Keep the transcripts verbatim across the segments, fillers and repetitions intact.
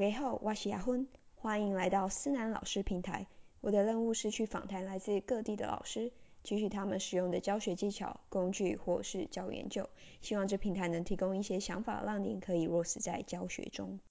大家好，我是阿芬，欢迎来到思南老师平台。我的任务是去访谈来自各地的老师，汲取他们使用的教学技巧、工具或是教研究，希望这平台能提供一些想法，让您可以落实在教学中。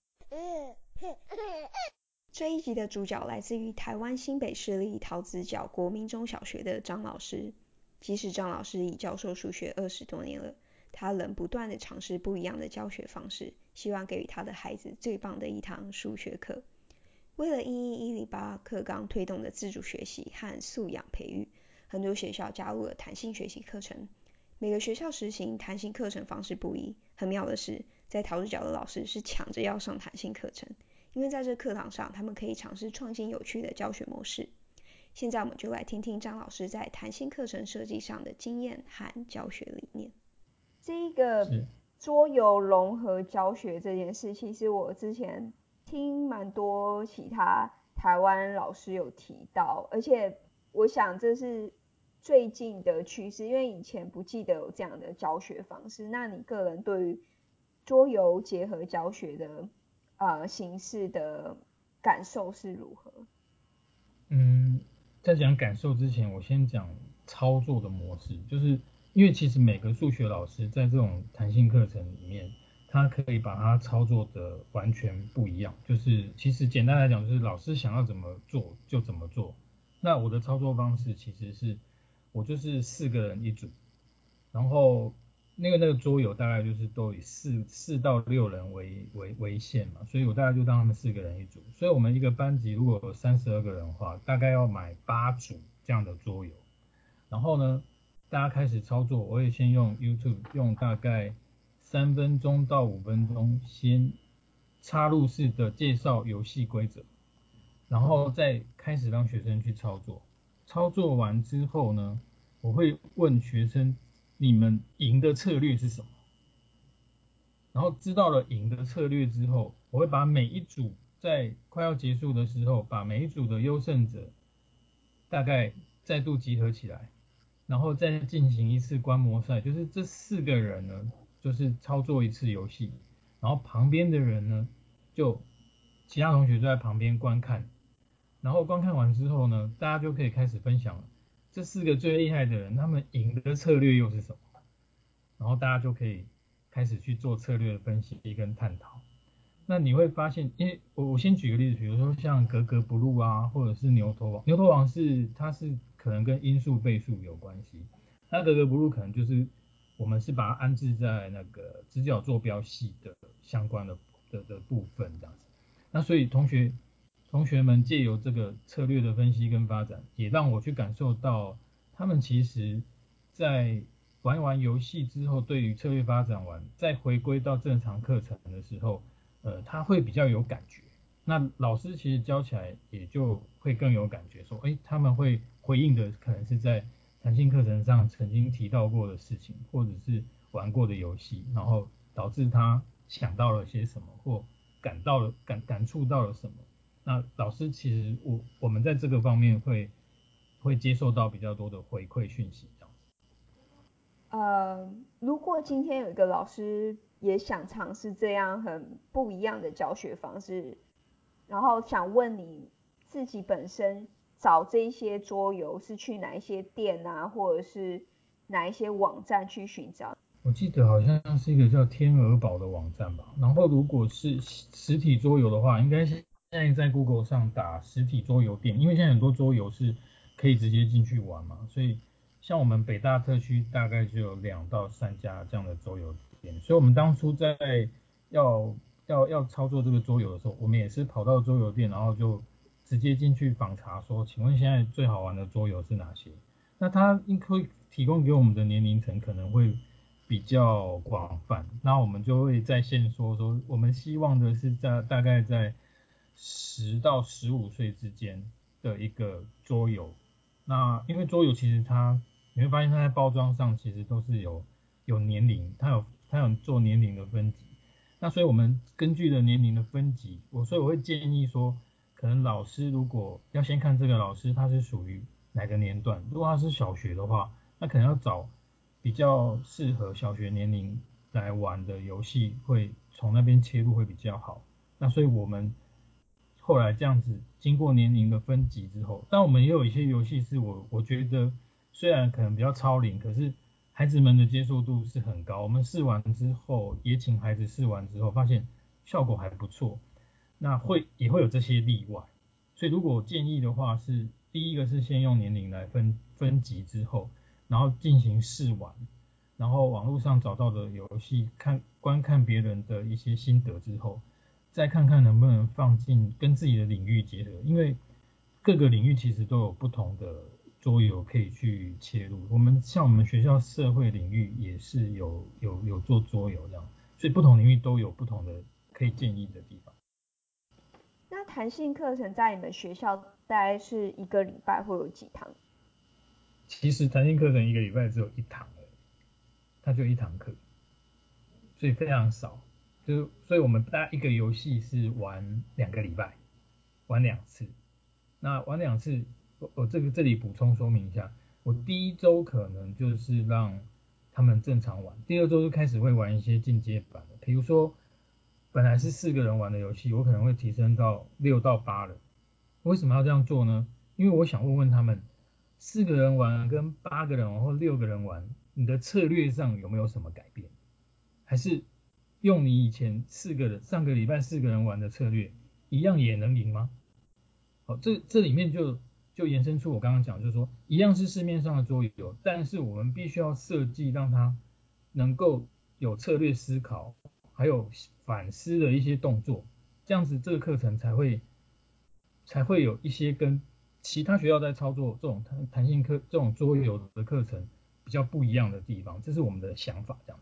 这一集的主角来自于台湾新北市立桃子脚国民中小学的张老师。即使张老师已教授数学二十多年了，他仍不断地尝试不一样的教学方式，希望给予他的孩子最棒的一堂数学课。为了因应一零八课纲推动的自主学习和素养培育，很多学校加入了弹性学习课程。每个学校实行弹性课程方式不一，很妙的是，在桃子脚的老师是抢着要上弹性课程，因为在这课堂上，他们可以尝试创新有趣的教学模式。现在我们就来听听张老师在弹性课程设计上的经验和教学理念。这一个桌游融合教学这件事，其实我之前听蛮多其他台湾老师有提到，而且我想这是最近的趋势，因为以前不记得有这样的教学方式。那你个人对于桌游结合教学的呃形式的感受是如何？ 嗯，在讲感受之前，我先讲操作的模式，就是因为其实每个数学老师在这种弹性课程里面，他可以把它操作的完全不一样。就是其实简单来讲，就是老师想要怎么做就怎么做。那我的操作方式其实是，我就是四个人一组，然后那个那个桌游大概就是都以四四到六人为为为限嘛，所以我大概就让他们四个人一组。所以我们一个班级如果有三十二个人的话，大概要买八组这样的桌游。然后呢，大家开始操作，我也先用 YouTube 用大概三分钟到五分钟先插入式的介绍游戏规则，然后再开始让学生去操作。操作完之后呢，我会问学生你们赢的策略是什么？然后知道了赢的策略之后，我会把每一组在快要结束的时候，把每一组的优胜者大概再度集合起来，然后再进行一次观摩赛，就是这四个人呢，就是操作一次游戏，然后旁边的人呢，就其他同学就在旁边观看，然后观看完之后呢，大家就可以开始分享了，这四个最厉害的人，他们赢的策略又是什么？然后大家就可以开始去做策略的分析跟探讨。那你会发现，因为我我先举个例子，比如说像格格不入啊，或者是牛头王，牛头王是它是可能跟因数倍数有关系，那格格不入可能就是我们是把它安置在那个直角坐标系的相关的的的部分这样子。那所以同学同学们借由这个策略的分析跟发展，也让我去感受到他们其实在玩完游戏之后，对于策略发展完，再回归到正常课程的时候，呃，他会比较有感觉。那老师其实教起来也就会更有感觉，说，哎，他们会回应的可能是在弹性课程上曾经提到过的事情，或者是玩过的游戏，然后导致他想到了些什么，或感到了感感触到了什么。那老师其实我我们在这个方面会会接受到比较多的回馈讯息，这样子。 呃，如果今天有一个老师也想尝试这样很不一样的教学方式，然后想问你自己本身找这些桌游是去哪一些店啊，或者是哪一些网站去寻找？ 我记得好像是一个叫天鹅堡的网站吧。然后如果是实体桌游的话，应该是现在在 Google 上打实体桌游店，因为现在很多桌游是可以直接进去玩嘛，所以像我们北大特区大概就有两到三家这样的桌游店。所以我们当初在要要要操作这个桌游的时候，我们也是跑到桌游店，然后就直接进去访查说，请问现在最好玩的桌游是哪些？那它应会提供给我们的年龄层可能会比较广泛，那我们就会在线说说，我们希望的是在大概在十到十五岁之间的一个桌游。那因为桌游其实它你会发现它在包装上其实都是有有年龄，它有它有做年龄的分级。那所以我们根据的年龄的分级，我所以我会建议说，可能老师如果要先看这个老师他是属于哪个年段，如果他是小学的话，那可能要找比较适合小学年龄来玩的游戏，会从那边切入会比较好。那所以我们后来这样子经过年龄的分级之后，但我们也有一些游戏是我我觉得虽然可能比较超龄，可是孩子们的接受度是很高。我们试完之后，也请孩子试完之后，发现效果还不错。那会也会有这些例外，所以如果我建议的话是，第一个是先用年龄来分分级之后，然后进行试玩，然后网络上找到的游戏看观看别人的一些心得之后，再看看能不能放进跟自己的领域结合，因为各个领域其实都有不同的桌游可以去切入。我们像我们学校社会领域也是有有有做桌游这样，所以不同领域都有不同的可以建议的地方。 那弹性课程在你们学校大概是一个礼拜会有几堂？ 其实弹性课程一个礼拜只有一堂而已，它就一堂课，所以非常少。就所以我们大概一个游戏是玩两个礼拜，玩两次。那玩两次，我我这个这里补充说明一下，我第一周可能就是让他们正常玩，第二周就开始会玩一些进阶版的，比如说本来是四个人玩的游戏，我可能会提升到六到八人。为什么要这样做呢？因为我想问问他们，四个人玩跟八个人玩或六个人玩，你的策略上有没有什么改变？还是用你以前四个人上个礼拜四个人玩的策略，一样也能赢吗？好，这这里面就就延伸出我刚刚讲，就是说一样是市面上的桌游，但是我们必须要设计让它能够有策略思考，还有反思的一些动作，这样子这个课程才会才会有一些跟其他学校在操作这种弹弹性课这种桌游的课程比较不一样的地方，这是我们的想法，这样子。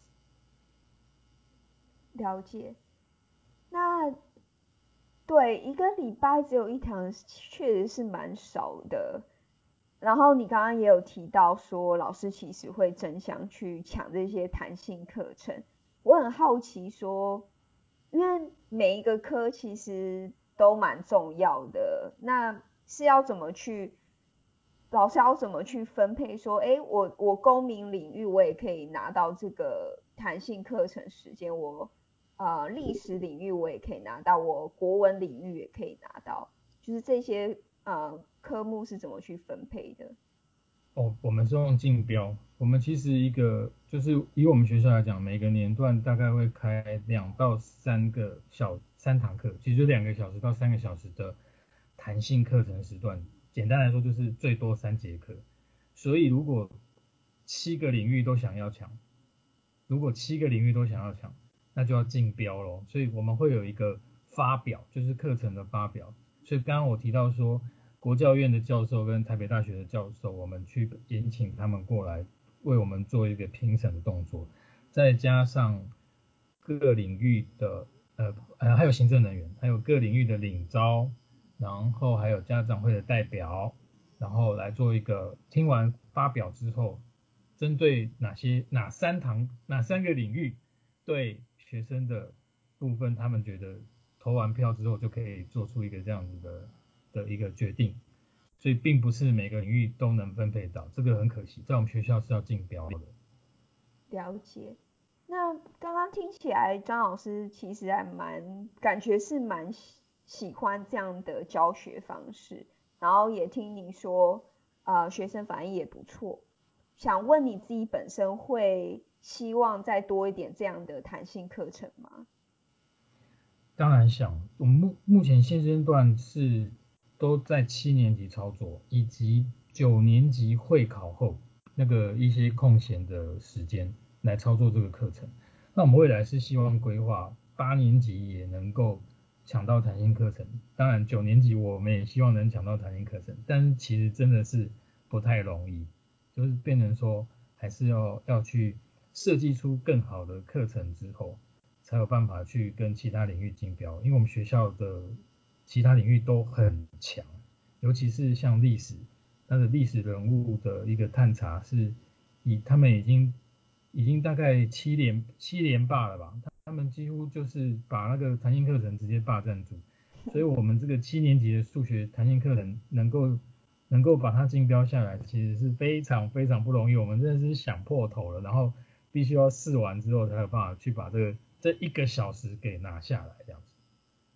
了解。那对，一个礼拜只有一堂，确实是蛮少的。然后你刚刚也有提到说，老师其实会争相去抢这些弹性课程。我很好奇说，因为每一个科其实都蛮重要的，那是要怎么去，老师要怎么去分配？说，哎，我我公民领域我也可以拿到这个弹性课程时间，我呃历史领域我也可以拿到，我国文领域也可以拿到，就是这些呃科目是怎么去分配的？ 哦，我们是用竞标。我们其实一个就是以我们学校来讲，每个年段大概会开两到三个小三堂课，其实就两个小时到三个小时的弹性课程时段。简单来说就是最多三节课。所以如果七个领域都想要抢，如果七个领域都想要抢，那就要竞标咯。所以我们会有一个发表，就是课程的发表。所以刚刚我提到说，国教院的教授跟台北大学的教授，我们去邀请他们过来为我们做一个评审的动作，再加上各个领域的呃呃还有行政人员，还有各领域的领招，然后还有家长会的代表，然后来做一个听完发表之后，针对哪些哪三堂哪三个领域对学生的部分，他们觉得投完票之后就可以做出一个这样子的的一个决定，所以并不是每个领域都能分配到，这个很可惜，在我们学校是要竞标的。 了解。那刚刚听起来，张老师其实还蛮感觉是蛮喜喜欢这样的教学方式，然后也听你说，呃，学生反应也不错。想问你自己本身会希望再多一点这样的弹性课程吗？ 当然想，我们目目前现阶段是都在七年级操作，以及九年级会考后那个一些空闲的时间来操作这个课程。那我们未来是希望规划八年级也能够抢到弹性课程，当然九年级我们也希望能抢到弹性课程，但是其实真的是不太容易，就是变成说还是要要去设计出更好的课程之后，才有办法去跟其他领域竞标，因为我们学校的其他领域都很强，尤其是像历史，它的历史人物的一个探查是以他们已经已经大概七连七连霸了吧，他们几乎就是把那个弹性课程直接霸占住，所以我们这个七年级的数学弹性课程能够能够把它竞标下来，其实是非常非常不容易，我们真的是想破头了，然后必须要试完之后才有办法去把这个这一个小时给拿下来，这样子。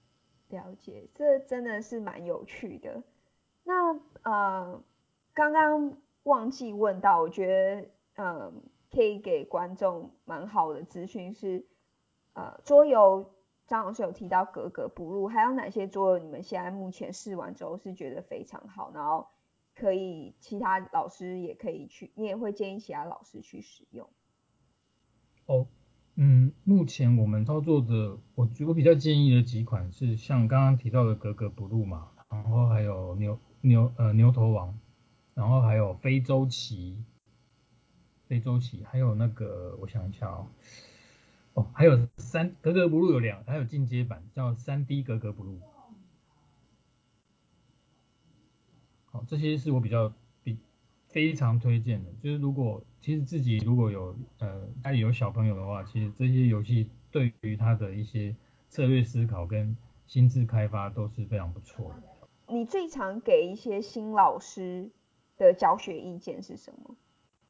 了解，这真的是蛮有趣的。那呃，刚刚忘记问到，我觉得呃可以给观众蛮好的资讯是，呃，桌游张老师有提到格格不入，还有哪些桌游你们现在目前试完之后是觉得非常好，然后可以其他老师也可以去，你也会建议其他老师去使用？ 哦，嗯，目前我们操作的，我我比较建议的几款是像刚刚提到的格格不入嘛，然后还有牛牛呃牛头王，然后还有非洲棋，非洲棋，还有那个我想一下哦，哦，还有三格格不入有两，还有进阶版叫三 D 格格不入。好，这些是我比较比非常推荐的。就是如果其实自己如果有呃家里有小朋友的话，其实这些游戏对于他的一些策略思考跟心智开发都是非常不错的。 你最常给一些新老师的教学意见是什么？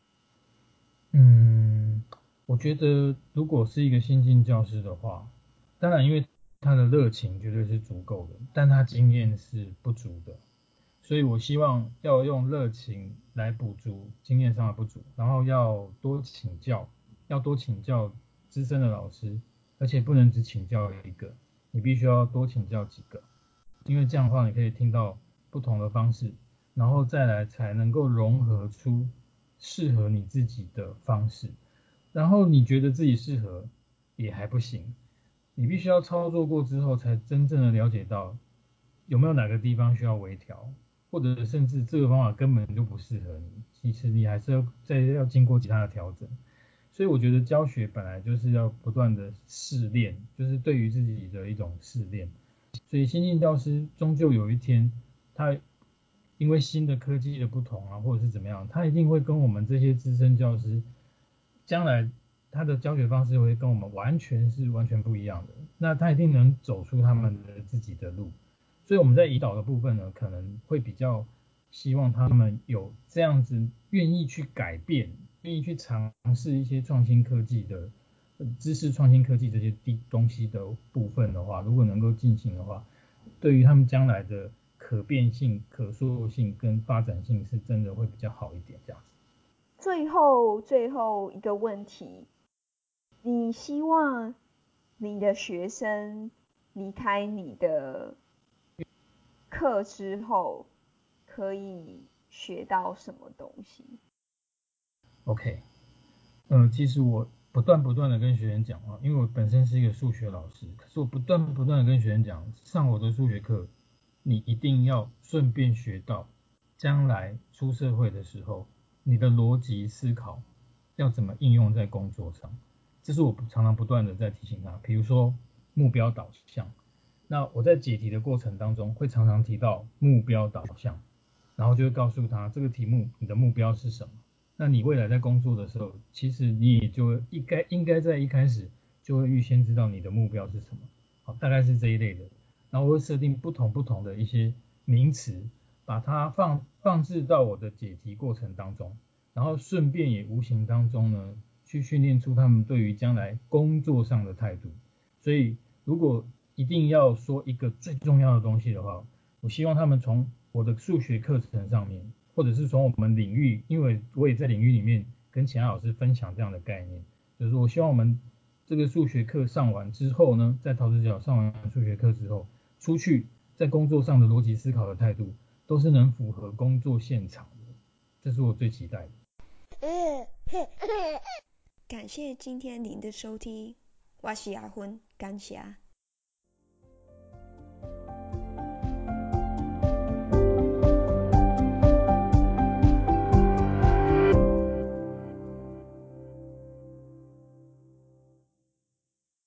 嗯，我觉得如果是一个新进教师的话，当然因为他的热情绝对是足够的，但他经验是不足的。所以我希望要用热情来补足经验上的不足，然后要多请教，要多请教资深的老师，而且不能只请教一个，你必须要多请教几个，因为这样的话你可以听到不同的方式，然后再来才能够融合出适合你自己的方式。然后你觉得自己适合也还不行，你必须要操作过之后才真正的了解到有没有哪个地方需要微调，或者甚至这个方法根本就不适合你，其实你还是要再要经过其他的调整。所以我觉得教学本来就是要不断的试炼，就是对于自己的一种试炼。所以新进教师终究有一天，他因为新的科技的不同啊，或者是怎么样，他一定会跟我们这些资深教师，将来他的教学方式会跟我们完全是完全不一样的。那他一定能走出他们的自己的路。所以我们在引导的部分呢，可能会比较希望他们有这样子愿意去改变，愿意去尝试一些创新科技的知识创新科技这些地东西的部分的话，如果能够进行的话，对于他们将来的可变性、可塑性跟发展性是真的会比较好一点，这样子。 最后最后一个问题，你希望你的学生离开你的课之后可以学到什么东西？ OK，嗯、呃，其实我不断不断的跟学生讲啊，因为我本身是一个数学老师，可是我不断不断的跟学生讲，上我的数学课，你一定要顺便学到，将来出社会的时候，你的逻辑思考要怎么应用在工作上，这是我常常不断的在提醒他。比如说目标导向，那我在解题的过程当中会常常提到目标导向，然后就会告诉他这个题目你的目标是什么。那你未来在工作的时候，其实你也就应该应该在一开始就会预先知道你的目标是什么，好，大概是这一类的。然后我会设定不同不同的一些名词，把它放放置到我的解题过程当中，然后顺便也无形当中呢，去训练出他们对于将来工作上的态度。所以如果一定要说一个最重要的东西的话，我希望他们从我的数学课程上面，或者是从我们领域，因为我也在领域里面跟其他老师分享这样的概念，就是我希望我们这个数学课上完之后呢，在陶子角上完数学课之后，出去在工作上的逻辑思考的态度，都是能符合工作现场的，这是我最期待的。 感谢今天您的收听，我是阿芬，感谢。